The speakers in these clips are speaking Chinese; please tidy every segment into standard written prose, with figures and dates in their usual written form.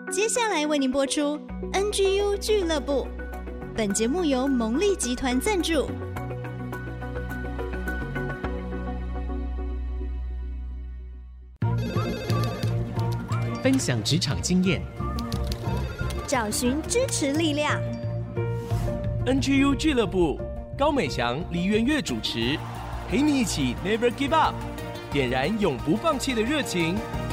接下来为您播出 NGU 俱乐部，本节目由蒙利集团赞助。 分享职场经验， 找寻支持力量。 NGU 俱乐部，高美翔、黎元月主持，陪你一起 Never Give Up， 点燃永不放弃的热情。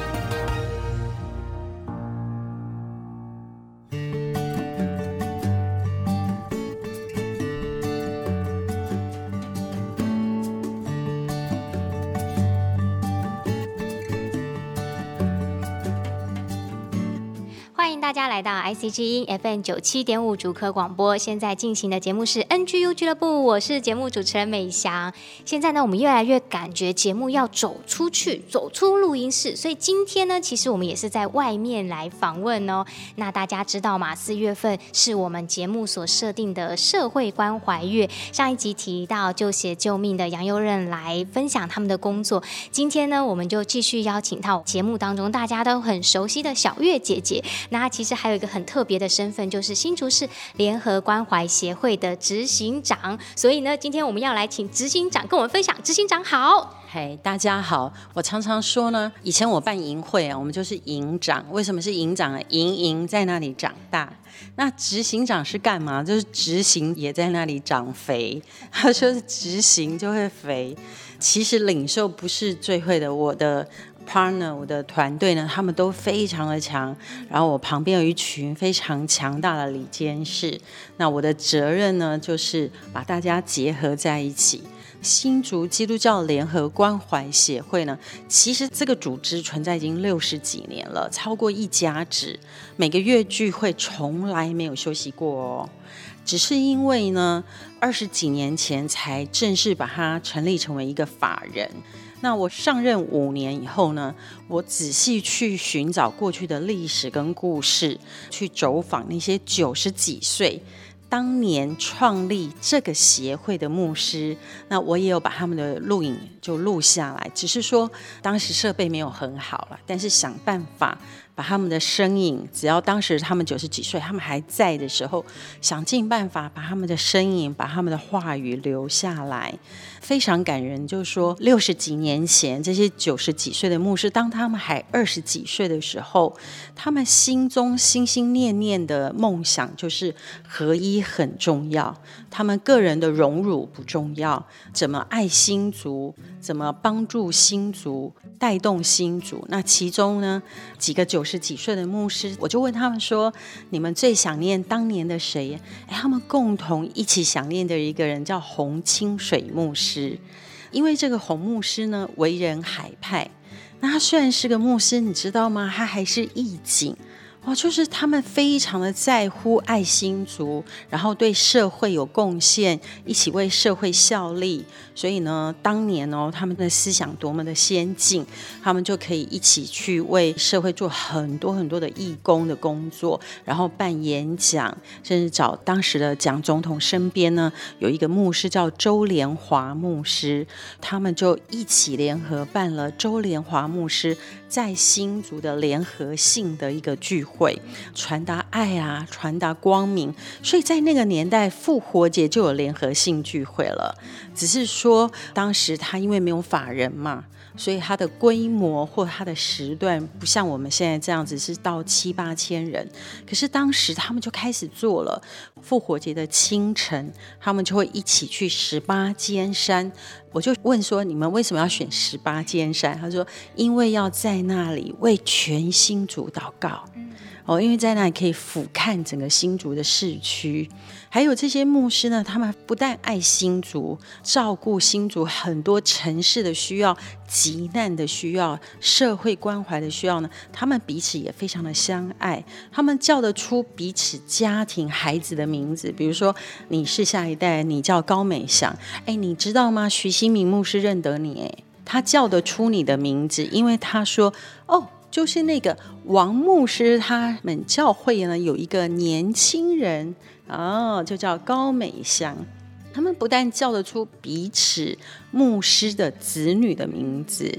欢迎大家来到 IC 之音 FM 97.5竹科广播，现在进行的节目是 NGU 俱乐部，我是节目主持人美翔。现在呢，我们越来越感觉节目要走出去，走出录音室，所以今天呢，其实我们也是在外面来访问哦。那大家知道吗？4月份是我们节目所设定的社会关怀月，上一集提到救血救命的杨佑任来分享他们的工作，今天呢，我们就继续邀请到节目当中大家都很熟悉的小月姐姐。那她其实还有一个很特别的身份，就是新竹市联合关怀协会的执行长。所以呢，今天我们要来请执行长跟我们分享。执行长好。 大家好。我常常说呢，以前我办营会啊，我们就是营长。为什么是营长呢？营在那里长大。那执行长是干嘛？就是执行也在那里长肥。他说是执行就会肥。其实领袖不是最会的，我的partner， 我的团队呢，他们都非常的强，然后我旁边有一群非常强大的理监事，那我的责任呢，就是把大家结合在一起。新竹基督教联合关怀协会呢，其实这个组织存在已经60几年了，超过1家制，每个月聚会从来没有休息过哦。只是因为呢，20几年前才正式把它成立成为一个法人。那我上任5年以后呢，我仔细去寻找过去的历史跟故事，去走访那些90几岁当年创立这个协会的牧师，那我也有把他们的录影就录下来，只是说当时设备没有很好了，但是想办法把他们的声音，只要当时他们90几岁，他们还在的时候，想尽办法把他们的声音，把他们的话语留下来。非常感人，就是说60几年前这些90几岁的牧师，当他们还20几岁的时候，他们心中心心念念的梦想就是合一很重要，他们个人的荣辱不重要，怎么爱新族，怎么帮助新族，带动新族。那其中呢，几个90几岁的牧师，我就问他们说，你们最想念当年的谁？他们共同一起想念的一个人叫洪清水牧师。因为这个洪牧师呢，为人海派，那他虽然是个牧师，你知道吗？他还是义警。就是他们非常的在乎爱新族，然后对社会有贡献，一起为社会效力。所以呢，当年他们的思想多么的先进，他们就可以一起去为社会做很多很多的义工的工作，然后办演讲，甚至找当时的蒋总统身边呢有一个牧师叫周连华牧师，他们就一起联合办了周连华牧师在新竹的联合性的一个聚会，传达爱啊，传达光明。所以在那个年代，复活节就有联合性聚会了，只是说当时他因为没有法人嘛，所以它的规模或它的时段不像我们现在这样子是到7、8千人。可是当时他们就开始做了，复活节的清晨，他们就会一起去18尖山。我就问说，你们为什么要选18尖山？他说，因为要在那里为全新竹祷告。因为在那里可以俯瞰整个新竹的市区。还有这些牧师呢，他们不但爱新竹，照顾新竹很多城市的需要，急难的需要，社会关怀的需要呢，他们彼此也非常的相爱。他们叫得出彼此家庭孩子的名字，比如说你是下一代，你叫高美翔，你知道吗？徐新明牧师认得你，他叫得出你的名字，因为他说就是那个王牧师，他们教会呢有一个年轻人就叫高美翔。他们不但叫得出彼此牧师的子女的名字，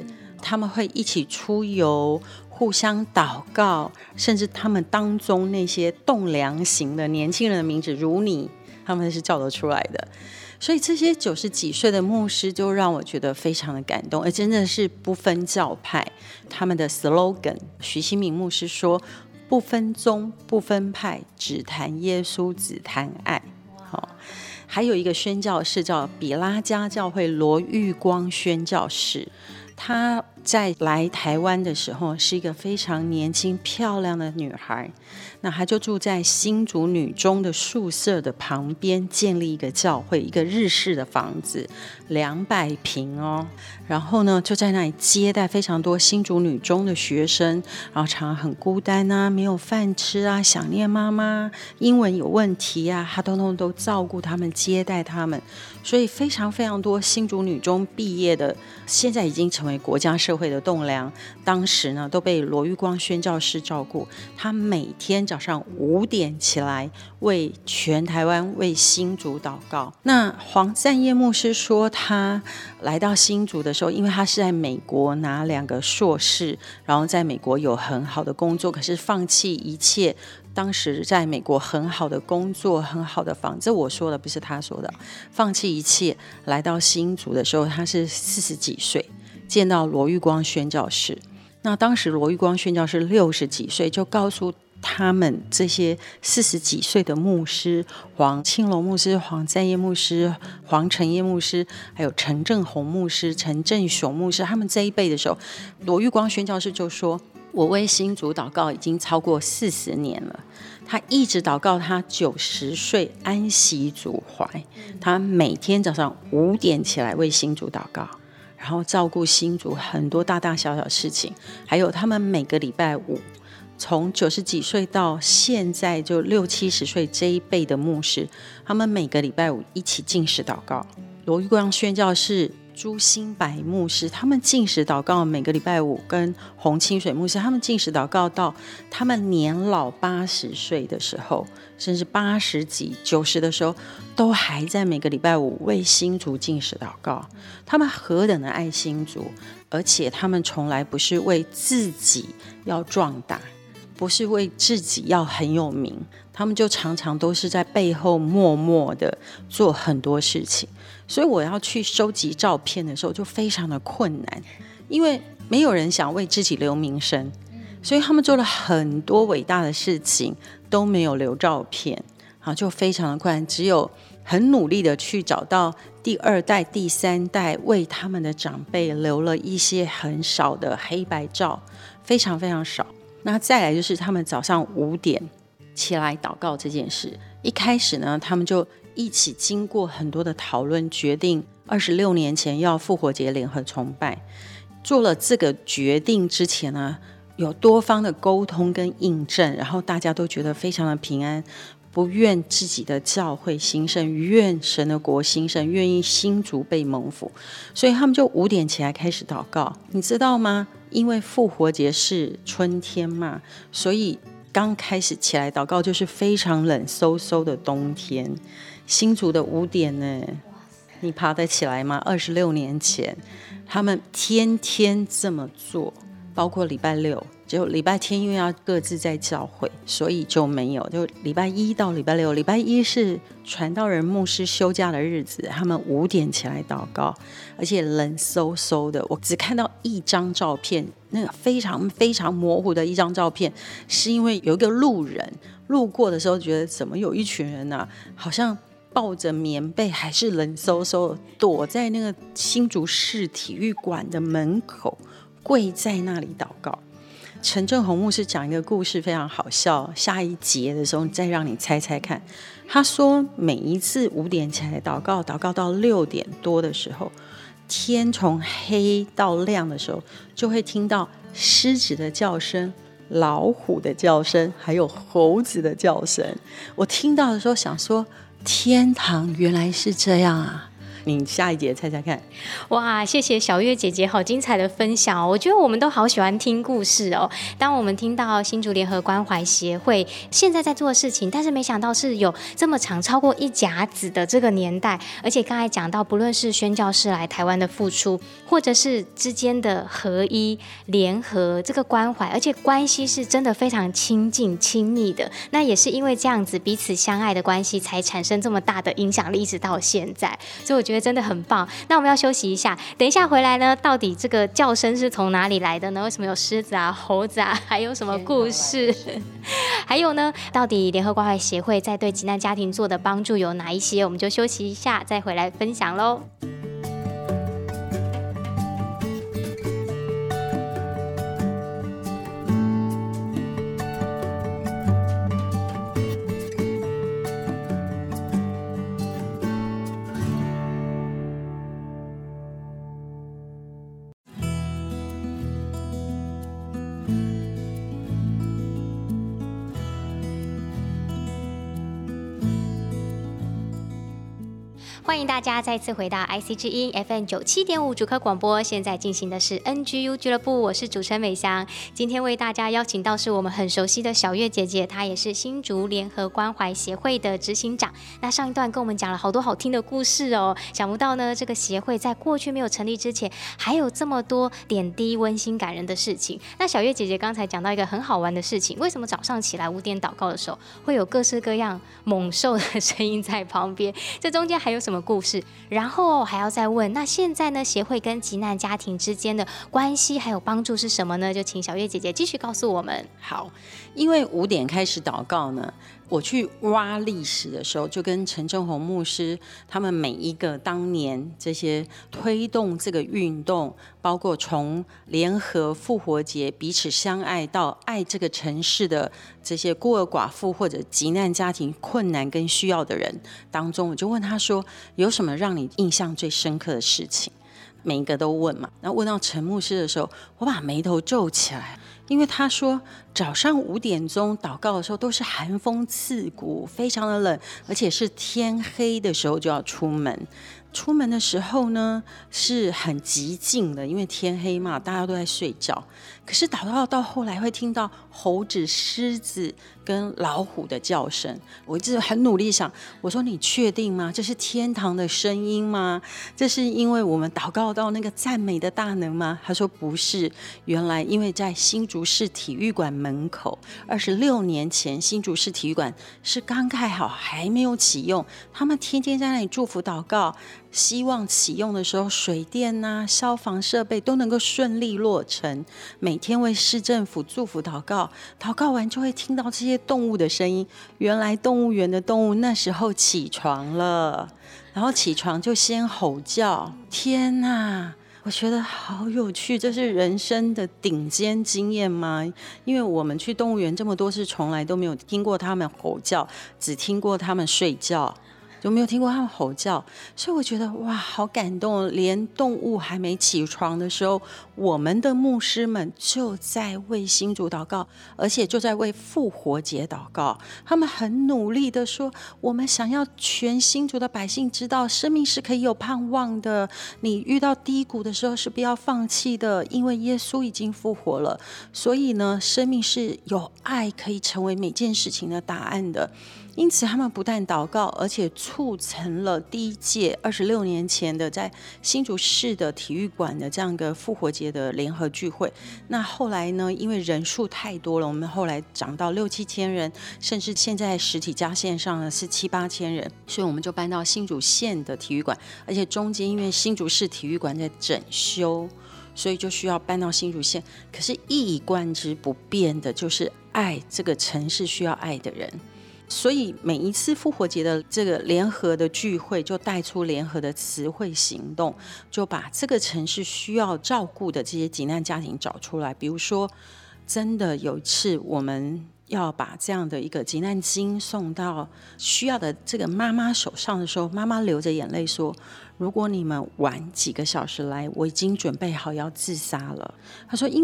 他们会一起出游，互相祷告，甚至他们当中那些栋梁型的年轻人的名字如你，他们是叫得出来的。所以这些90几岁的牧师就让我觉得非常的感动，而真的是不分教派。他们的 slogan， 许新明牧师说，不分宗不分派，只谈耶稣只谈爱。还有一个宣教士叫比拉加教会罗玉光宣教士，她在来台湾的时候是一个非常年轻漂亮的女孩，那她就住在新竹女中的宿舍的旁边，建立一个教会，一个日式的房子，200平哦。然后呢，就在那里接待非常多新竹女中的学生，然后常常很孤单啊，没有饭吃啊，想念妈妈，英文有问题啊，她都照顾他们，接待他们。所以非常非常多新竹女中毕业的，现在已经成为国家社会的栋梁，当时呢都被罗玉光宣教士照顾。他每天早上5点起来为全台湾为新竹祷告。那黄赞业牧师说，他来到新竹的时候，因为他是在美国拿2个硕士，然后在美国有很好的工作，可是放弃一切当时在美国很好的工作，很好的房子，我说的不是他说的，放弃一切来到新竹的时候，他是40几岁见到罗玉光宣教士。那当时罗玉光宣教士60几岁，就告诉他们这些40几岁的牧师，黄庆龙牧师、黄赞业牧师、黄成业牧师，还有陈正宏牧师、陈正雄牧师，他们这一辈的时候，罗玉光宣教士就说，我为新竹祷告已经超过40年了。他一直祷告他90岁安息主怀，他每天早上5点起来为新竹祷告，然后照顾新竹很多大大小小事情，还有他们每个礼拜五，从90几岁到现在就60、70岁这一辈的牧师，他们每个礼拜五一起禁食祷告。罗玉光宣教士、朱新白牧师，他们禁食祷告每个礼拜五，跟洪清水牧师他们禁食祷告到他们年老80岁的时候，甚至80几、90的时候，都还在每个礼拜五为新竹禁食祷告。他们何等的爱新竹，而且他们从来不是为自己要壮大，不是为自己要很有名，他们就常常都是在背后默默的做很多事情。所以我要去收集照片的时候就非常的困难，因为没有人想为自己留名声，所以他们做了很多伟大的事情都没有留照片，就非常的困难，只有很努力的去找到第2代、第3代为他们的长辈留了一些很少的黑白照，非常非常少。那再来就是他们早上5点起来祷告这件事，一开始呢，他们就一起经过很多的讨论，决定26年前要复活节联合崇拜。做了这个决定之前呢，有多方的沟通跟印证，然后大家都觉得非常的平安，不愿自己的教会兴盛，愿神的国兴盛，愿意新竹被蒙福，所以他们就5点起来开始祷告。你知道吗？因为复活节是春天嘛，所以刚开始起来祷告就是非常冷飕飕的冬天。新竹的5点呢，你爬得起来吗？26年前他们天天这么做，包括礼拜6，就礼拜天因为要各自在教会，所以就没有，就礼拜1到礼拜6，礼拜1是传道人牧师休假的日子，他们5点起来祷告，而且冷飕飕的。我只看到一张照片，那个非常非常模糊的一张照片，是因为有一个路人路过的时候觉得怎么有一群人啊，好像抱着棉被还是冷飕飕的，躲在那个新竹市体育馆的门口，跪在那里祷告。陈正宏牧师讲一个故事非常好笑，下一节的时候再让你猜猜看。他说每一次5点起来祷告，祷告到6点多的时候，天从黑到亮的时候，就会听到狮子的叫声、老虎的叫声，还有猴子的叫声。我听到的时候想说，天堂原来是这样啊， 你下一节猜猜看。 哇，谢谢小月姐姐，好精彩的分享哦！我觉得我们都好喜欢听故事哦。当我们听到新竹联合关怀协会现在在做的事情，但是没想到是有这么长，超过1甲子的这个年代，而且刚才讲到，不论是宣教士来台湾的付出，或者是之间的合一联合这个关怀，而且关系是真的非常亲近亲密的。那也是因为这样子彼此相爱的关系，才产生这么大的影响力，一直到现在。所以我觉得真的很棒。那我们要休息一下，等一下回来呢，到底这个叫声是从哪里来的呢？为什么有狮子啊、猴子啊，还有什么故事？还有呢，到底联合关怀协会在对急难家庭做的帮助有哪一些？我们就休息一下，再回来分享咯。欢迎大家再次回到 IC 之音 FM97.5 主科广播，现在进行的是 NGU 俱乐部，我是主持人美香。今天为大家邀请到是我们很熟悉的小月姐姐，她也是新竹联合关怀协会的执行长。那上一段跟我们讲了好多好听的故事哦，想不到呢，这个协会在过去没有成立之前，还有这么多点滴温馨感人的事情。那小月姐姐刚才讲到一个很好玩的事情，为什么早上起来5点祷告的时候，会有各式各样猛兽的声音在旁边？这中间还有什么故事？然后还要再问，那现在呢，协会跟急难家庭之间的关系还有帮助是什么呢？就请小月姐姐继续告诉我们。 好，因为5点开始祷告呢，我去挖历史的时候，就跟陈正宏牧师他们每一个当年这些推动这个运动，包括从联合复活节彼此相爱到爱这个城市的这些孤儿寡妇或者急难家庭困难跟需要的人当中，我就问他说，有什么让你印象最深刻的事情？每一个都问嘛。然后问到陈牧师的时候，我把眉头皱起来，因为他说早上5点钟祷告的时候都是寒风刺骨，非常的冷，而且是天黑的时候就要出门。出门的时候呢是很极静的，因为天黑嘛，大家都在睡觉。可是祷告到后来会听到猴子、狮子跟老虎的叫声，我一直很努力想，我说你确定吗？这是天堂的声音吗？这是因为我们祷告到那个赞美的大能吗？他说不是，原来因为在新竹市体育馆门口，26年前新竹市体育馆是刚盖好还没有启用，他们天天在那里祝福祷告，希望启用的时候水电啊、消防设备都能够顺利落成，每天为市政府祝福祷告，祷告完就会听到这些动物的声音。原来动物园的动物那时候起床了，然后起床就先吼叫。天哪，我觉得好有趣，这是人生的顶尖经验吗？因为我们去动物园这么多次，从来都没有听过他们吼叫，只听过他们睡觉，就没有听过他们吼叫，所以我觉得哇，好感动！连动物还没起床的时候，我们的牧师们就在为新竹祷告，而且就在为复活节祷告。他们很努力的说，我们想要全新竹的百姓知道，生命是可以有盼望的。你遇到低谷的时候是不要放弃的，因为耶稣已经复活了。所以呢，生命是有爱可以成为每件事情的答案的。因此他们不但祷告，而且促成了第一届26年前的在新竹市的体育馆的这样一个复活节的联合聚会。那后来呢，因为人数太多了，我们后来涨到6、7千人，甚至现在实体加线上呢是7、8千人，所以我们就搬到新竹县的体育馆，而且中间因为新竹市体育馆在整修，所以就需要搬到新竹县。可是一以贯之不变的就是爱这个城市需要爱的人。所以每一次复活节的这个联合的聚会，就带出联合的词汇行动，就把这个城市需要照顾的这些急难家庭找出来。比如说，真的有一次我们要把这样的一个急难金送到需要的这个妈妈手上的时候，妈妈流着眼泪说，如果你们晚几个小时来，我已经准备好要自杀了。她说因为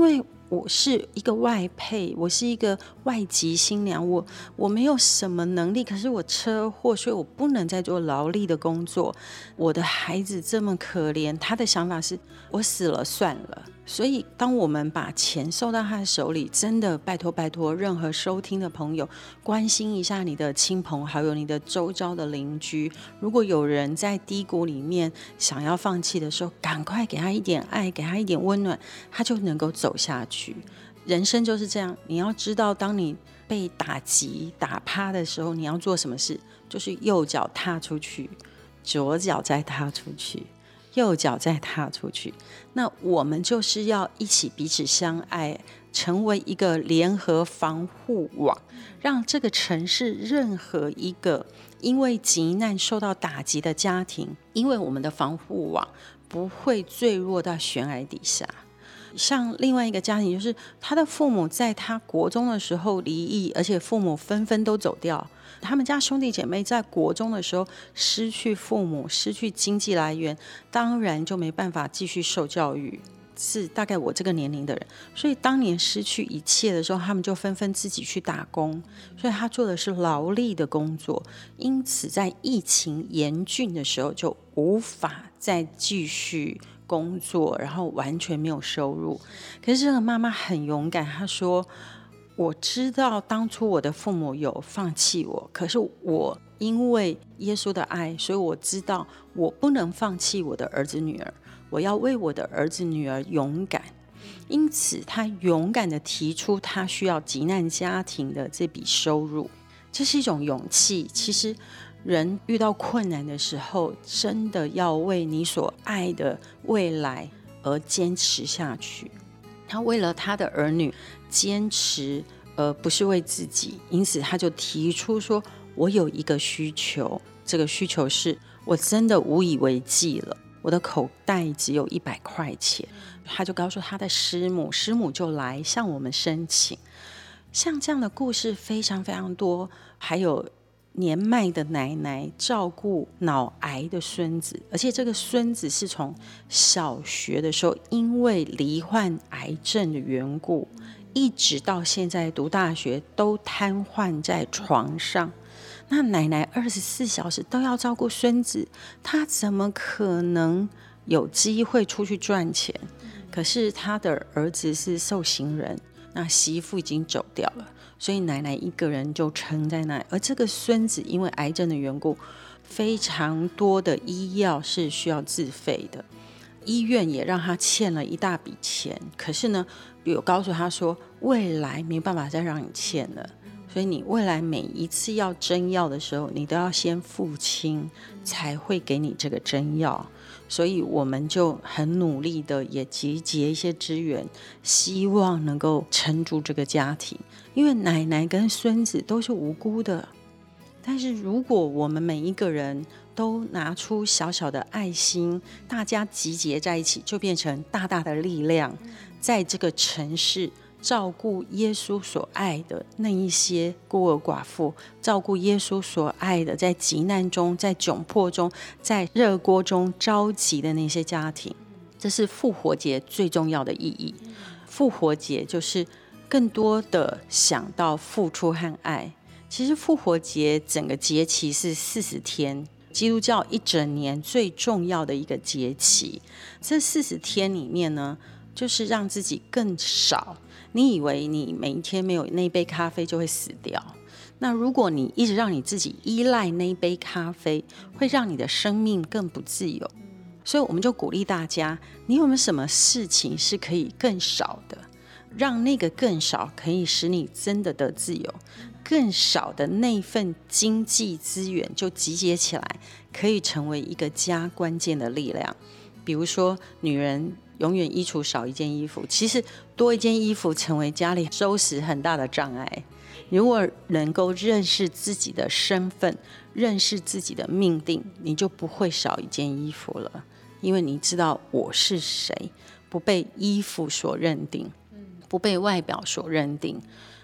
我是一个外配，我是一个外籍新娘，我没有什么能力，可是我车祸，所以我不能再做劳力的工作。我的孩子这么可怜，他的想法是我死了算了。所以当我们把钱送到他的手里，真的拜托任何收听的朋友，关心一下你的亲朋好友，你的周遭的邻居，如果有人在低谷里面想要放弃的时候，赶快给他一点爱，给他一点温暖，他就能够走下去。人生就是这样，你要知道当你被打击打趴的时候，你要做什么事，就是右脚踏出去，左脚再踏出去，右脚再踏出去。那我们就是要一起彼此相爱，成为一个联合防护网，让这个城市任何一个因为急难受到打击的家庭，因为我们的防护网不会坠落到悬崖底下。像另外一个家庭，就是他的父母在他国中的时候离异，而且父母纷纷都走掉，他们家兄弟姐妹在国中的时候失去父母，失去经济来源，当然就没办法继续受教育，是大概我这个年龄的人，所以当年失去一切的时候，他们就纷纷自己去打工，所以他做的是劳力的工作，因此在疫情严峻的时候就无法再继续工作，然后完全没有收入。可是这个妈妈很勇敢，她说我知道当初我的父母有放弃我，可是我因为耶稣的爱，所以我知道我不能放弃我的儿子女儿，我要为我的儿子女儿勇敢。因此他勇敢地提出他需要急难家庭的这笔收入，这是一种勇气。其实人遇到困难的时候，真的要为你所爱的未来而坚持下去。他为了他的儿女坚持，而不是为自己，因此他就提出说，我有一个需求，这个需求是我真的无以为继了，我的口袋只有100块钱。他就告诉他的师母，师母就来向我们申请。像这样的故事非常非常多，还有年迈的奶奶照顾脑癌的孙子，而且这个孙子是从小学的时候因为罹患癌症的缘故，一直到现在读大学都瘫痪在床上。那奶奶24小时都要照顾孙子，她怎么可能有机会出去赚钱？可是她的儿子是受刑人，那媳妇已经走掉了，所以奶奶一个人就撑在那里。而这个孙子因为癌症的缘故，非常多的医药是需要自费的，医院也让他欠了一大笔钱。可是呢，有告诉他说，未来没办法再让你欠了，所以你未来每一次要针药的时候，你都要先付清，才会给你这个针药。所以我们就很努力的也集结一些资源，希望能够撑住这个家庭。因为奶奶跟孙子都是无辜的，但是如果我们每一个人都拿出小小的爱心，大家集结在一起，就变成大大的力量，在这个城市照顾耶稣所爱的那一些孤儿寡妇，照顾耶稣所爱的在急难中，在窘迫中，在热锅中着急的那些家庭。这是复活节最重要的意义。复活节就是更多的想到付出和爱。其实复活节整个节期是40天，基督教一整年最重要的一个节期。这40天里面呢，就是让自己更少。你以为你每一天没有那杯咖啡就会死掉，那如果你一直让你自己依赖那杯咖啡，会让你的生命更不自由。所以我们就鼓励大家，你有没有什么事情是可以更少的，让那个更少可以使你真的得自由，更少的那份经济资源就集结起来，可以成为一个家关键的力量。比如说女人永远衣橱少一件衣服，其实多一件衣服成为家里收拾很大的障碍。如果能够认识自己的身份，认识自己的命定，你就不会少一件衣服了，因为你知道我是谁，不被衣服所认定，不被外表所认定。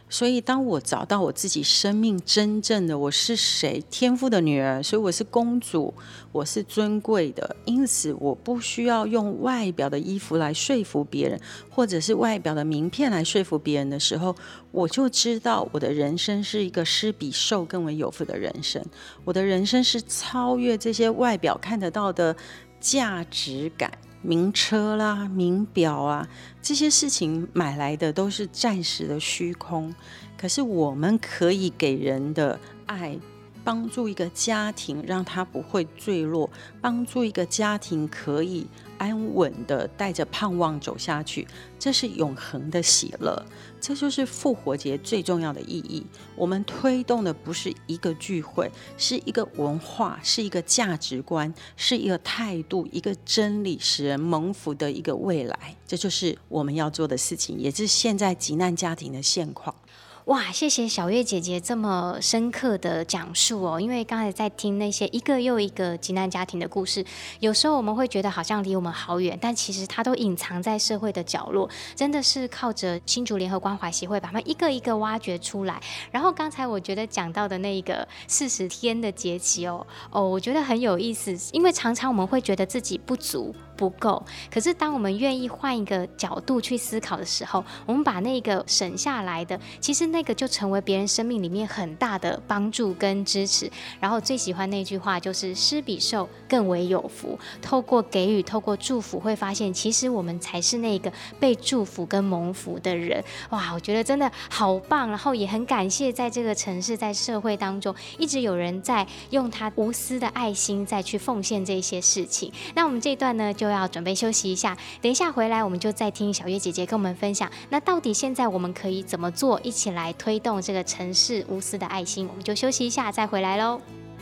所以当我找到我自己生命真正的我是谁，天父的女儿，所以我是公主，我是尊贵的，因此我不需要用外表的衣服来说服别人，或者是外表的名片来说服别人的时候，我就知道我的人生是一个施比受更为有福的人生。我的人生是超越这些外表看得到的价值感，名车啦、名表啊，这些事情买来的都是暂时的虚空。可是我们可以给人的爱，帮助一个家庭让他不会坠落，帮助一个家庭可以安稳的带着盼望走下去，这是永恒的喜乐。这就是复活节最重要的意义。我们推动的不是一个聚会，是一个文化，是一个价值观，是一个态度，一个真理，使人蒙福的一个未来。这就是我们要做的事情，也是现在急难家庭的现况。 哇，谢谢小月姐姐这么深刻的讲述哦。因为刚才在听那些一个又一个急难家庭的故事，有时候我们会觉得好像离我们好远，但其实它都隐藏在社会的角落，真的是靠着新竹联合关怀协会把它们一个一个挖掘出来。然后刚才我觉得讲到的那个40天的节期我觉得很有意思，因为常常我们会觉得自己不足不够，可是当我们愿意换一个角度去思考的时候，我们把那个省下来的，其实那个就成为别人生命里面很大的帮助跟支持。然后最喜欢那句话就是施比受更为有福，透过给予，透过祝福，会发现其实我们才是那个被祝福跟蒙福的人。哇，我觉得真的好棒，然后也很感谢在这个城市，在社会当中一直有人在用他无私的爱心再去奉献这些事情。那我们这一段呢就要准备休息一下，等一下回来我们就再听小月姐姐跟我们分享，那到底现在我们可以怎么做，一起来推动这个城市无私的爱心。我们就休息一下再回来咯。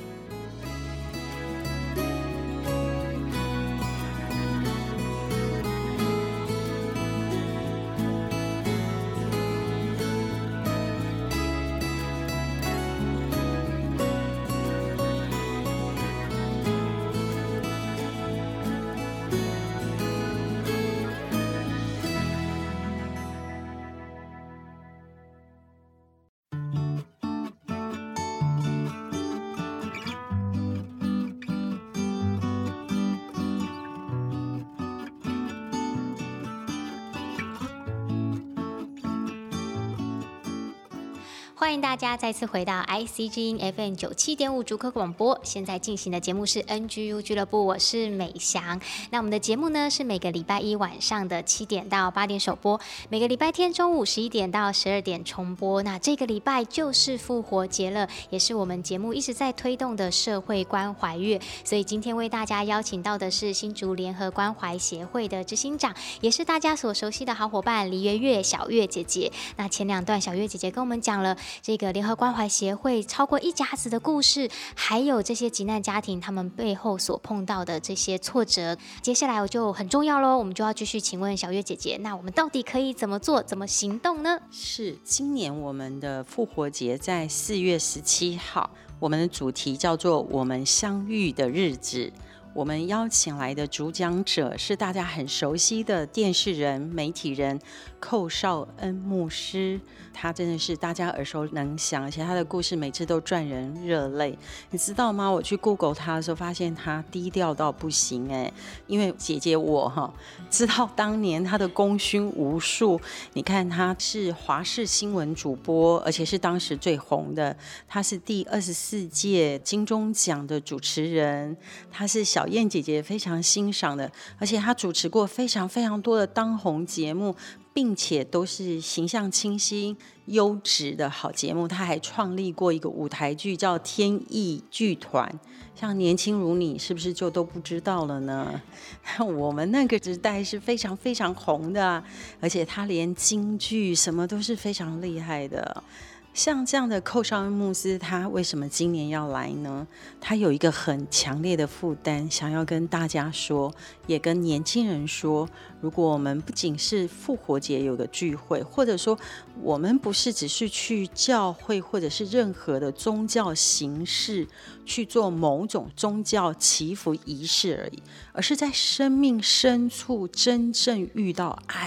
欢迎大家再次回到 IC 之音 FM 97.5竹科广播，现在进行的节目是 NGU 俱乐部，我是美翔。那我们的节目呢是每个礼拜一晚上的7点到8点首播，每个礼拜天中午11点到12点重播。那这个礼拜就是复活节了，也是我们节目一直在推动的社会关怀月，所以今天为大家邀请到的是新竹联合关怀协会的执行长，也是大家所熟悉的好伙伴黎月月小月姐姐。那前2段小月姐姐跟我们讲了这个联合关怀协会超过一家子的故事，还有这些急难家庭他们背后所碰到的这些挫折。接下来我就很重要咯，我们就要继续请问小月姐姐，那我们到底可以怎么做，怎么行动呢？ 是，今年我们的复活节在4月17号，我们的主题叫做我们相遇的日子。我们邀请来的主讲者是大家很熟悉的电视人、媒体人寇绍恩牧师，他真的是大家耳熟能详，而且他的故事每次都赚人热泪。你知道吗？我去 Google 他的时候，发现他低调到不行因为姐姐我知道当年他的功勋无数。你看，他是华视新闻主播，而且是当时最红的。他是第24届金钟奖的主持人，他是小燕姐姐非常欣赏的，而且他主持过非常非常多的当红节目，并且都是形象清新、优质的好节目。他还创立过一个舞台剧叫天意剧团，像年轻如你是不是就都不知道了呢？我们那个时代是非常非常红的而且他连京剧什么都是非常厉害的。像这样的寇绍恩牧师，他为什么今年要来呢？他有一个很强烈的负担，想要跟大家说，也跟年轻人说，如果我们不仅是复活节有个聚会，或者说我们不是只是去教会或者是任何的宗教形式去做某种宗教祈福仪式而已，而是在生命深处真正遇到爱，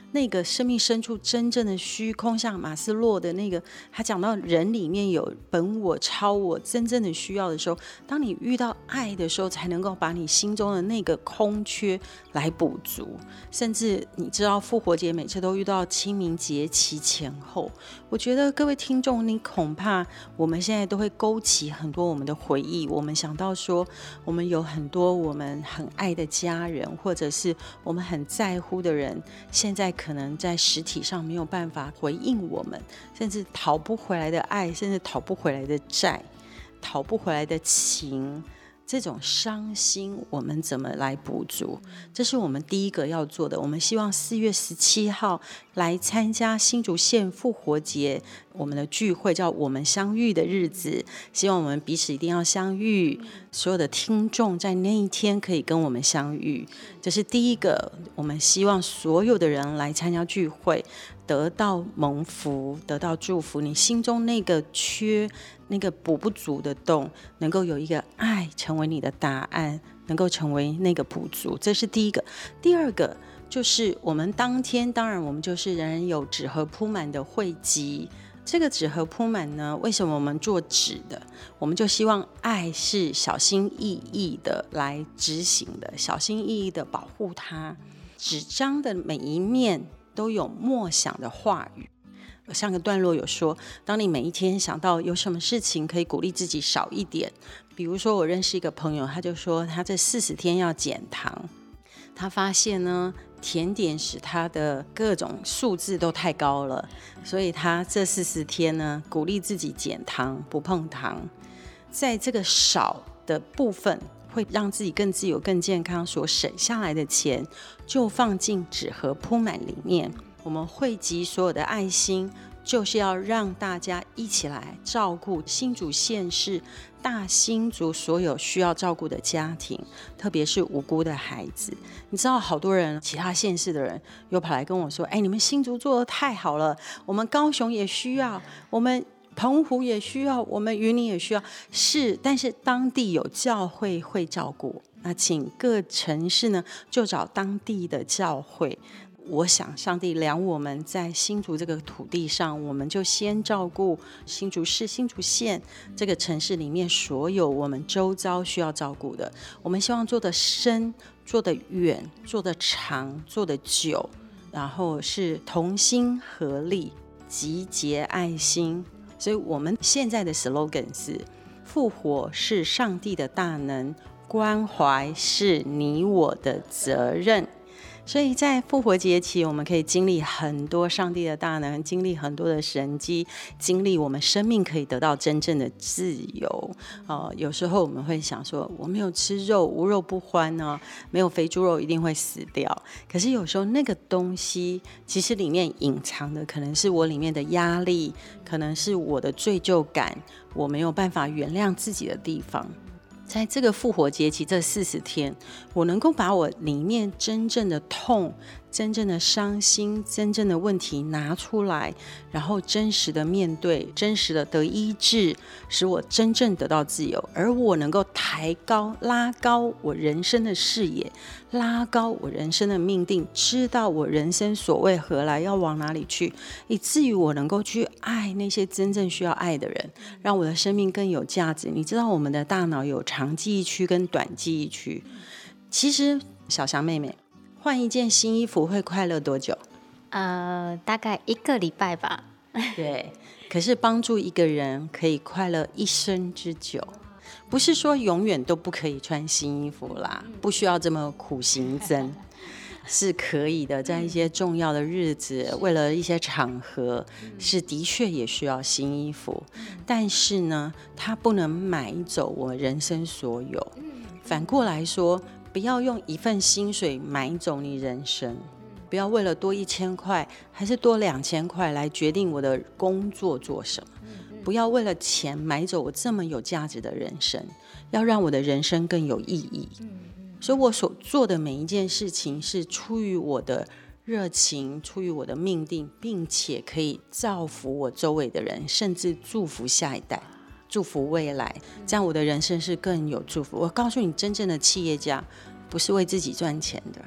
那个生命深处真正的虚空，像马斯洛的那个，他讲到人里面有本我、超我，真正的需要的时候，当你遇到爱的时候，才能够把你心中的那个空缺来补足。甚至你知道复活节每次都遇到清明节期前后，我觉得各位听众，你恐怕我们现在都会勾起很多我们的回忆，我们想到说我们有很多我们很爱的家人，或者是我们很在乎的人，现在可能在实体上没有办法回应我们，甚至讨不回来的爱，甚至讨不回来的债，讨不回来的情，这种伤心我们怎么来补足？这是我们第一个要做的。我们希望4月17号来参加新竹县复活节我们的聚会，叫我们相遇的日子，希望我们彼此一定要相遇，所有的听众在那一天可以跟我们相遇。这是第一个，我们希望所有的人来参加聚会得到蒙福，得到祝福，你心中那个缺，那个补不足的洞，能够有一个爱成为你的答案，能够成为那个补足，这是第一个。第二个就是我们当天，当然我们就是人人有纸盒铺满的汇集。这个纸盒铺满呢，为什么我们做纸的？我们就希望爱是小心翼翼的来执行的，小心翼翼的保护它。纸张的每一面都有默想的话语。上个段落有说，当你每一天想到有什么事情可以鼓励自己少一点，比如说我认识一个朋友，他就说他这40天要减糖，他发现呢甜点使他的各种数字都太高了，所以他这40天呢鼓励自己减糖，不碰糖，在这个少的部分会让自己更自由更健康，所省下来的钱就放进纸盒铺满里面。我们汇集所有的爱心，就是要让大家一起来照顾新竹县市大新竹所有需要照顾的家庭，特别是无辜的孩子。你知道好多人其他县市的人又跑来跟我说，你们新竹做得太好了，我们高雄也需要，我们澎湖也需要，我们云林也需要。是，但是当地有教会会照顾，那请各城市呢就找当地的教会。我想上帝量我们在新竹这个土地上，我们就先照顾新竹市、新竹县这个城市里面所有我们周遭需要照顾的。我们希望做得深、做得远、做得长、做得久，然后是同心合力，集结爱心。所以我们现在的 slogan 是：复活是上帝的大能，关怀是你我的责任。所以在复活节期，我们可以经历很多上帝的大能，经历很多的神迹，经历我们生命可以得到真正的自由。有时候我们会想说，我没有吃肉，无肉不欢呢，没有肥猪肉一定会死掉。可是有时候那个东西，其实里面隐藏的可能是我里面的压力，可能是我的罪疚感，我没有办法原谅自己的地方。在这个复活节期这40天，我能够把我里面真正的痛、真正的伤心、真正的问题拿出来，然后真实的面对，真实的得医治，使我真正得到自由。而我能够抬高、拉高我人生的视野，拉高我人生的命定，知道我人生所谓何来，要往哪里去，以至于我能够去爱那些真正需要爱的人，让我的生命更有价值。你知道我们的大脑有长记忆区跟短记忆区，其实小翔妹妹换一件新衣服会快乐多久？ 大概1个礼拜吧。 对，可是帮助一个人可以快乐一生之久。不是说永远都不可以穿新衣服啦，不需要这么苦行僧，是可以的。在一些重要的日子，为了一些场合，是的确也需要新衣服，但是呢，它不能买走我人生所有。反过来说，不要用一份薪水买走你人生，不要为了多1000块还是多2000块来决定我的工作做什么，不要为了钱买走我这么有价值的人生，要让我的人生更有意义。所以我所做的每一件事情是出于我的热情，出于我的命定，并且可以造福我周围的人，甚至祝福下一代，祝福未来，这样我的人生是更有祝福。我告诉你，真正的企业家不是为自己赚钱的。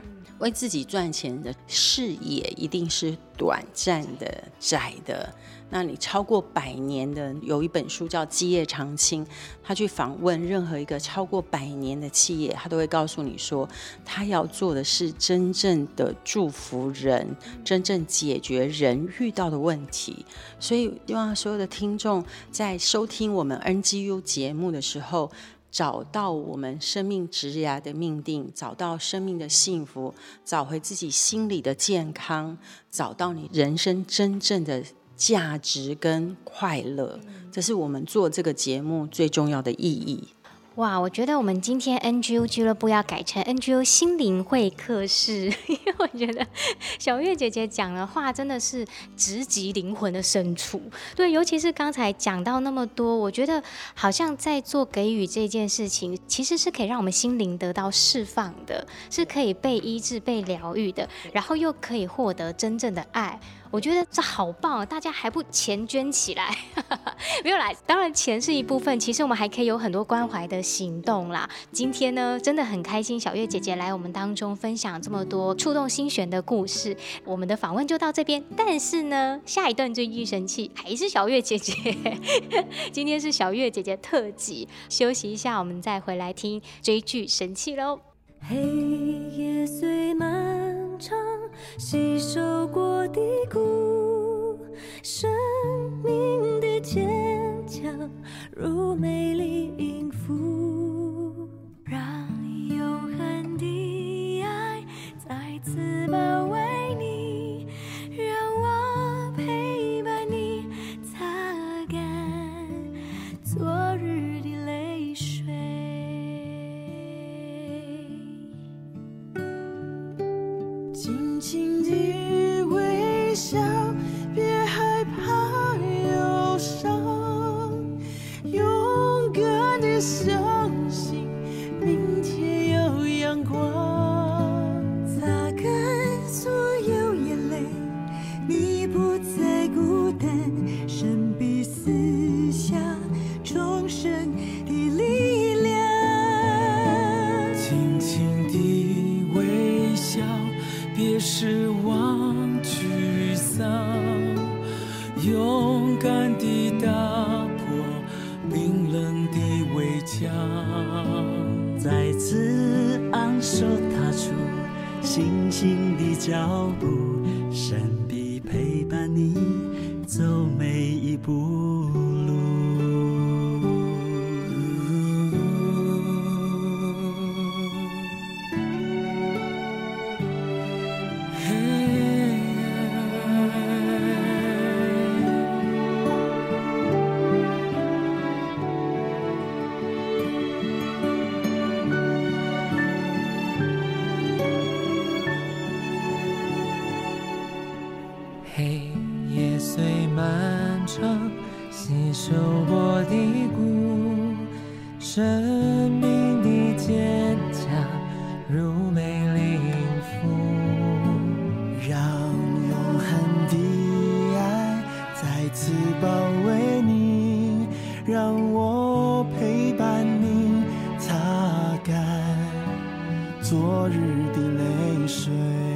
为自己赚钱的视野一定是短暂的、窄的。那你超过100年的，有一本书叫《基业长青》，他去访问任何一个超过100年的企业，他都会告诉你说，他要做的是真正的祝福人，真正解决人遇到的问题。所以希望所有的听众在收听我们 NGU 节目的时候，找到我们生命职涯的命定，找到生命的幸福，找回自己心理的健康，找到你人生真正的价值跟快乐，这是我们做这个节目最重要的意义。 哇，我觉得我们今天 NGU 俱乐部要改成 NGU 心灵会客室，因为我觉得小月姐姐讲的话真的是直击灵魂的深处。对，尤其是刚才讲到那么多，我觉得好像在做给予这件事情，其实是可以让我们心灵得到释放的，是可以被医治、被疗愈的，然后又可以获得真正的爱。我觉得这好棒，大家还不钱捐起来？没有啦，当然钱是一部分，其实我们还可以有很多关怀的行动啦。今天呢，真的很开心，小月姐姐来我们当中分享这么多触动心弦的故事。我们的访问就到这边，但是呢，下一段追剧神器还是小月姐姐。今天是小月姐姐特辑，休息一下，我们再回来听追剧神器喽。 黑夜虽漫长，吸收过低谷，生命的坚强如美丽音符，让永恒的爱再次包围你，让我陪伴你，擦干昨日的泪水。轻轻地微笑，别害怕忧伤，勇敢地相信明天有阳光，擦干所有眼泪，你不再孤单，神秘撕下重生的力量，轻轻地微笑，别失望沮丧，勇敢地打破冰冷的围墙，再次昂首踏出新兴的脚步，神必陪伴你走每一步路。黑夜虽漫长，吸收过低谷，生命的坚强如美丽音符，让永恒的爱再次包围你，让我陪伴你，擦干昨日的泪水。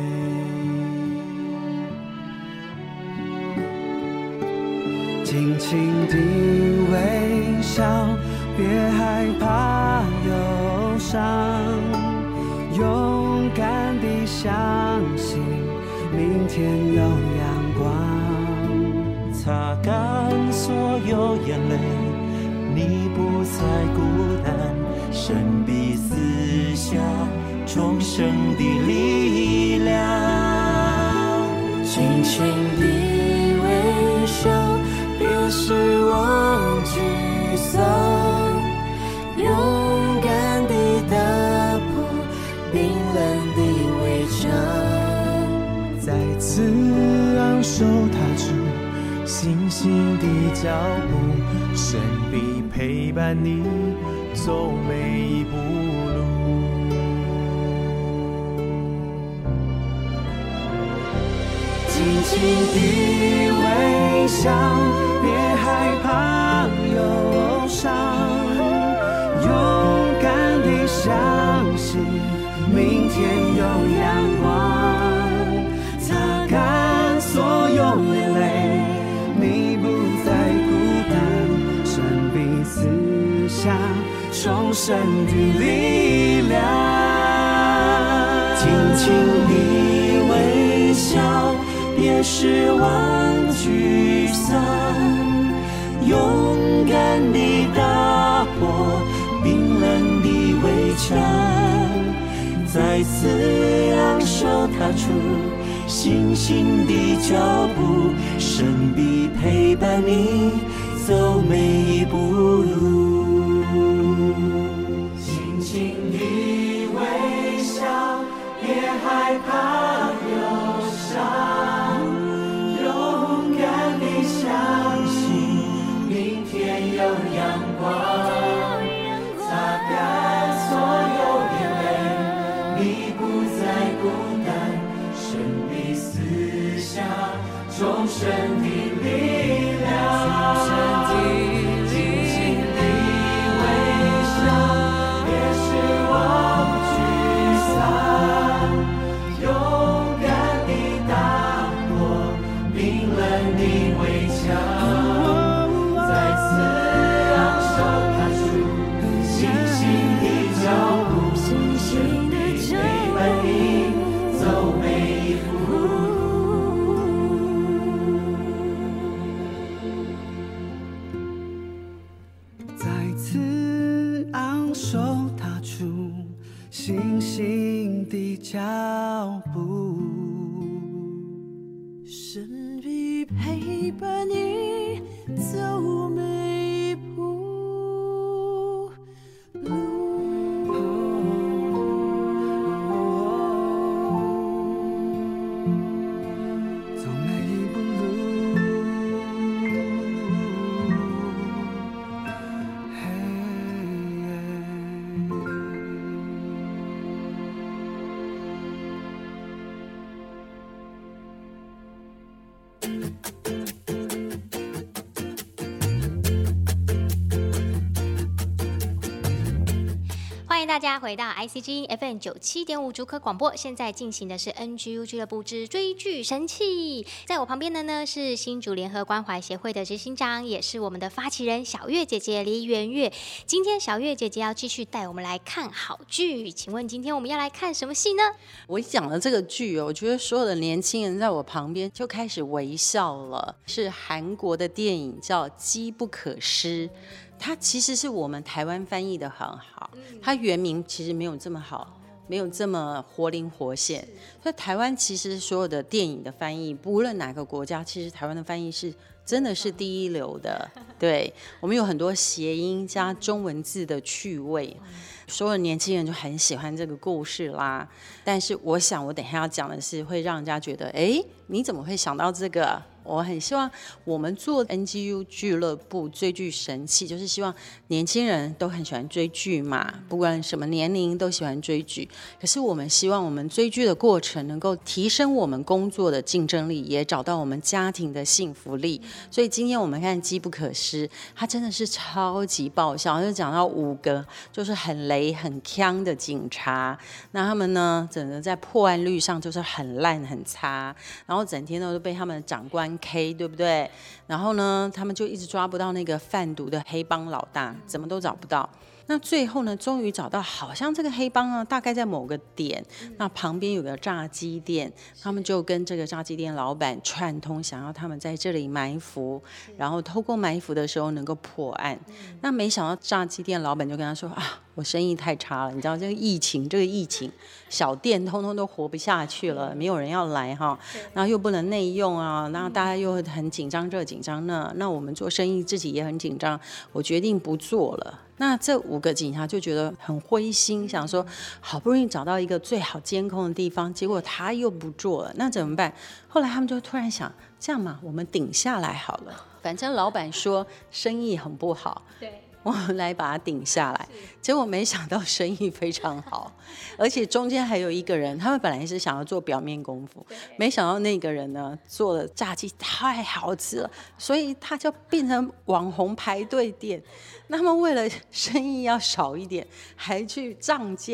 轻轻地微笑，别害怕忧伤，勇敢地相信明天有阳光，擦干所有眼泪，你不再孤单，神必撕下重生的力量，轻轻地微笑，别失望沮丧，勇敢地打破冰冷的围墙，再次昂首踏出新兴的脚步，神必陪伴你走每一步路。轻轻地微笑，别害怕忧伤，勇敢地相信明天有阳光， 神的力量。轻轻地微笑，别失望沮丧，勇敢地打破冰冷的围墙，再次昂首踏出信心的脚步，神必陪伴你走每一步路。轻轻地微笑，别害怕忧伤，勇敢地相信明天有阳光，擦干所有眼泪，你不再孤单，神必赐下终身的力量。信心的脚步，神必陪伴你走每一步路。走每一步路。 欢迎大家回到 IC 之音 FM 97.5竹科广播，现在进行的是 NGU 俱乐部之追剧神器。在我旁边的呢是新竹联合关怀协会的执行长，也是我们的发起人小月姐姐黎元月。今天小月姐姐要继续带我们来看好剧，请问今天我们要来看什么戏呢？ 我讲了这个剧我觉得所有的年轻人在我旁边就开始微笑了。是韩国的电影叫《机不可失》，它其实是我们台湾翻译的很好，它原名其实没有这么好，没有这么活灵活现。所以台湾其实所有的电影的翻译，不论哪个国家，其实台湾的翻译是真的是第一流的。对，我们有很多谐音加中文字的趣味，所有年轻人就很喜欢这个故事啦。但是我想我等一下要讲的是会让人家觉得你怎么会想到这个。我很希望我们做 NGU 俱乐部追剧神器，就是希望年轻人都很喜欢追剧嘛，不管什么年龄都喜欢追剧。可是我们希望我们追剧的过程能够提升我们工作的竞争力，也找到我们家庭的幸福力。所以今天我们看《机不可失》，它真的是超级爆笑，就讲到5个就是很雷很呛的警察，那他们呢整个在破案率上就是很烂很差，然后整天都被他们的长官K， 对不对？然后呢他们就一直抓不到那个贩毒的黑帮老大，怎么都找不到。那最后呢终于找到，好像这个黑帮啊大概在某个点，那旁边有个炸鸡店，他们就跟这个炸鸡店老板串通，想要他们在这里埋伏，然后透过埋伏的时候能够破案。那没想到炸鸡店老板就跟他说我生意太差了，你知道这个疫情小店通通都活不下去了，没有人要来然后又不能内用啊，然后大家又很紧张这紧张那我们做生意自己也很紧张，我决定不做了。那这5个警察就觉得很灰心，想说好不容易找到一个最好监控的地方，结果他又不做了，那怎么办？后来他们就突然想，这样嘛，我们顶下来好了，反正老板说生意很不好，对，我们来把它顶下来。结果没想到生意非常好，而且中间还有一个人，他们本来是想要做表面功夫，没想到那个人呢做的炸鸡太好吃了，所以他就变成网红排队店。那么为了生意要少一点，还去涨价，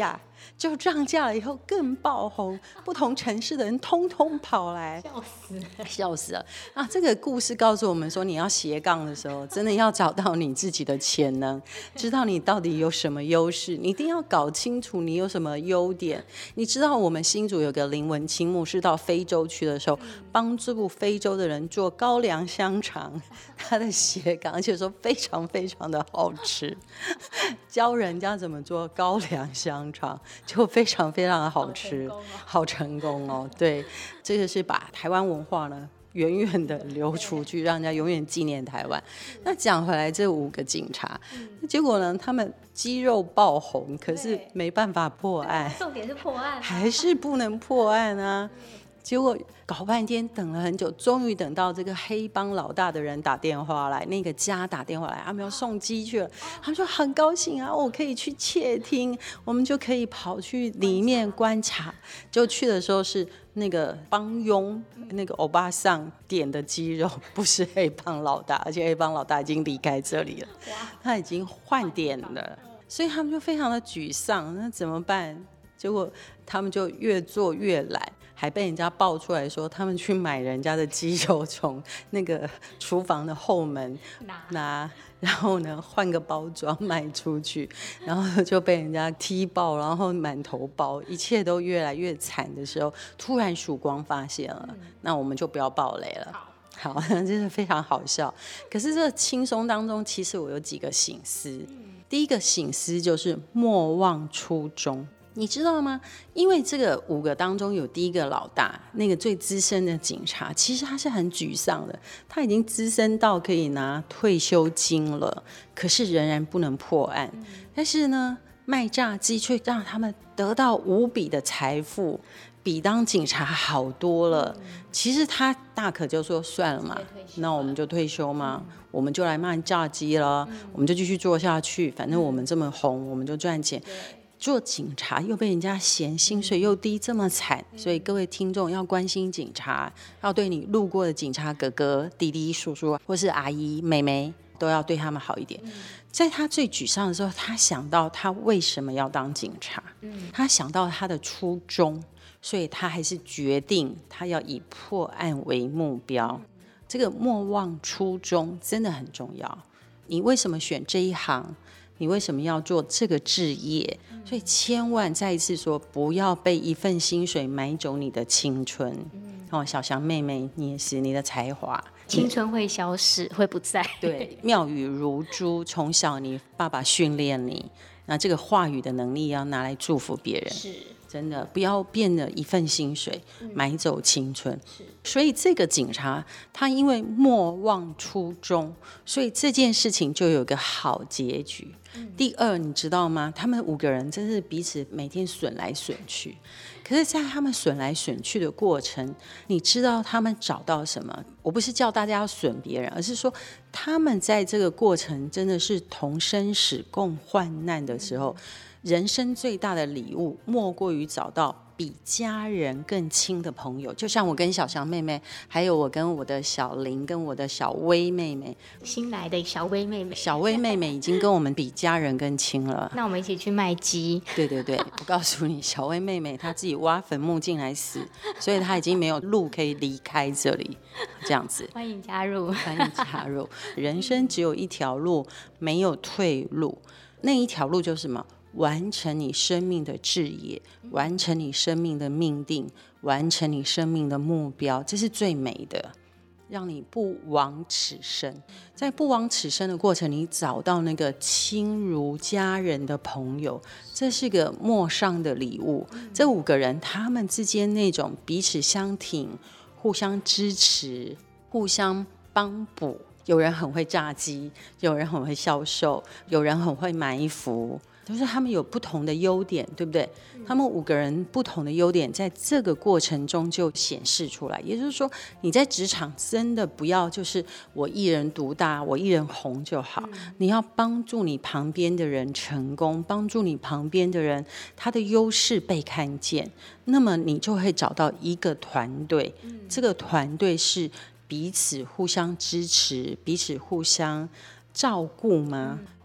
就涨价了以后更爆红，不同城市的人通通跑来，笑死了啊！这个故事告诉我们说，你要斜杠的时候，真的要找到你自己的潜能，知道你到底有什么优势，你一定要搞清楚你有什么优点。你知道我们新竹有个林文清牧师到非洲去的时候，帮助非洲的人做高粱香肠，他的斜杠，而且说非常非常的好吃，教人家怎么做高粱香肠，就非常非常的好吃，好成功哦。对，这个是把台湾文化呢远远的流出去，让人家永远纪念台湾。那讲回来，这5个警察，结果呢，他们肌肉爆红，可是没办法破案， 重点是破案， 还是不能破案啊。结果搞半天，等了很久，终于等到这个黑帮老大的人打电话来，那个家打电话来，他们要送机去了。他们说很高兴啊，我可以去窃听，我们就可以跑去里面观察。就去的时候是那个帮佣，那个欧巴桑点的鸡肉，不是黑帮老大，而且黑帮老大已经离开这里了，他已经换点了，所以他们就非常的沮丧。那怎么办？结果他们就越做越懒，还被人家爆出来说他们去买人家的鸡肉，从那个厨房的后门拿，然后呢换个包装卖出去，然后就被人家踢爆，然后满头包，一切都越来越惨的时候，突然曙光发现了，那我们就不要爆雷了。好，真是非常好笑。可是这个轻松当中，其实我有几个省思。第一个省思就是莫忘初衷。你知道吗？因为这个5个当中有第一个老大，那个最资深的警察，其实他是很沮丧的，他已经资深到可以拿退休金了，可是仍然不能破案。但是呢，卖炸鸡却让他们得到无比的财富，比当警察好多了。其实他大可就说算了嘛，那我们就退休嘛，我们就来卖炸鸡了，我们就继续做下去，反正我们这么红，我们就赚钱。做警察又被人家嫌薪水又低，这么惨，所以各位听众要关心警察，要对你路过的警察哥哥、弟弟、叔叔或是阿姨、妹妹，都要对他们好一点。在他最沮丧的时候，他想到他为什么要当警察，他想到他的初衷，所以他还是决定他要以破案为目标。这个莫忘初衷真的很重要。你为什么选这一行？你为什么要做这个志业？所以千万再一次说，不要被一份薪水买走你的青春。小翔妹妹，你也是，你的才华， 青春会消失，会不在。 对，妙语如珠，从小你爸爸训练你，那这个话语的能力要拿来祝福别人。 是。 真的不要变了一份薪水买走青春。所以这个警察他因为莫忘初衷，所以这件事情就有个好结局。第二，你知道吗？他们5个人真是彼此每天损来损去，可是在他们损来损去的过程，你知道他们找到什么？我不是叫大家要损别人，而是说他们在这个过程真的是同生死共患难的时候，人生最大的礼物莫过于找到比家人更亲的朋友。就像我跟小翔妹妹，还有我跟我的小林跟我的小薇妹妹， 新来的小薇妹妹， 小薇妹妹已经跟我们比家人更亲了。 那我们一起去卖鸡。 对对对，我告诉你，小薇妹妹她自己挖坟墓进来死，所以她已经没有路可以离开这里，这样子。 欢迎加入， 欢迎加入。人生只有一条路，没有退路。那一条路就是什么？完成你生命的志业，完成你生命的命定，完成你生命的目标，这是最美的，让你不枉此生。在不枉此生的过程，你找到那个亲如家人的朋友，这是个莫上的礼物。这5个人他们之间那种彼此相挺，互相支持，互相帮补。有人很会炸鸡，有人很会销售，有人很会埋伏，就是他们有不同的优点，对不对？他们5个人不同的优点在这个过程中就显示出来。也就是说，你在职场真的不要就是我一人独大，我一人红就好。你要帮助你旁边的人成功，帮助你旁边的人他的优势被看见，那么你就会找到一个团队。这个团队是彼此互相支持，彼此互相照顾吗？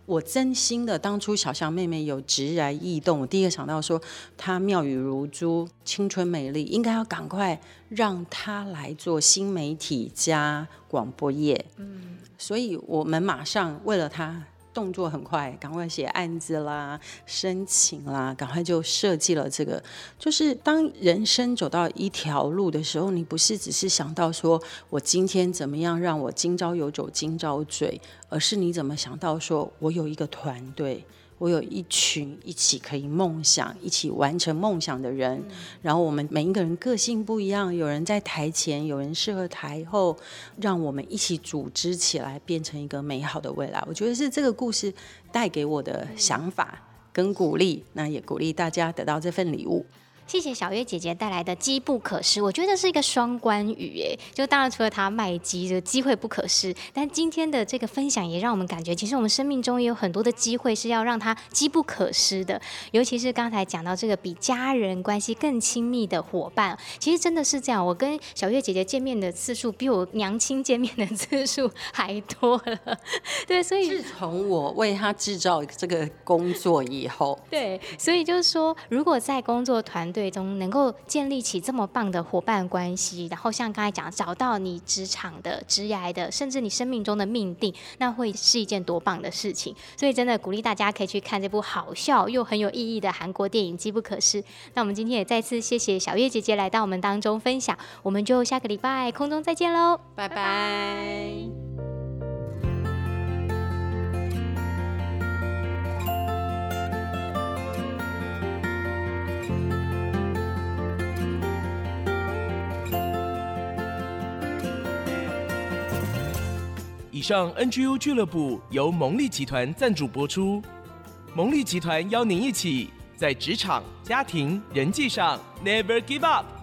我真心的，当初小翔妹妹有直来异动，我第一个想到说，她妙语如珠，青春美丽，应该要赶快让她来做新媒体加广播业。所以我们马上为了她动作很快，赶快写案子啦、申请啦，赶快就设计了这个。就是当人生走到一条路的时候，你不是只是想到说我今天怎么样让我今朝有酒今朝醉，而是你怎么想到说我有一个团队，我有一群一起可以梦想、一起完成梦想的人，然后我们每一个人个性不一样，有人在台前，有人适合台后，让我们一起组织起来，变成一个美好的未来。我觉得是这个故事带给我的想法跟鼓励，那也鼓励大家得到这份礼物。 谢谢小月姐姐带来的机不可失，我觉得是一个双关语耶。就当然除了她卖机的机会不可失，但今天的这个分享也让我们感觉，其实我们生命中也有很多的机会是要让它机不可失的。尤其是刚才讲到这个比家人关系更亲密的伙伴，其实真的是这样。我跟小月姐姐见面的次数比我娘亲见面的次数还多了。对，所以自从我为她制造这个工作以后， 对，所以就是说，如果在工作团队中能够建立起这么棒的伙伴关系，然后像刚才讲找到你职场的职涯的甚至你生命中的命定，那会是一件多棒的事情。所以真的鼓励大家可以去看这部好笑又很有意义的韩国电影《机不可失》。那我们今天也再次谢谢小月姐姐来到我们当中分享，我们就下个礼拜空中再见喽， 拜拜。 以上 NGU 俱乐部由蒙利集团赞助播出。蒙利集团邀您一起在职场、家庭、人际上 Never Give Up。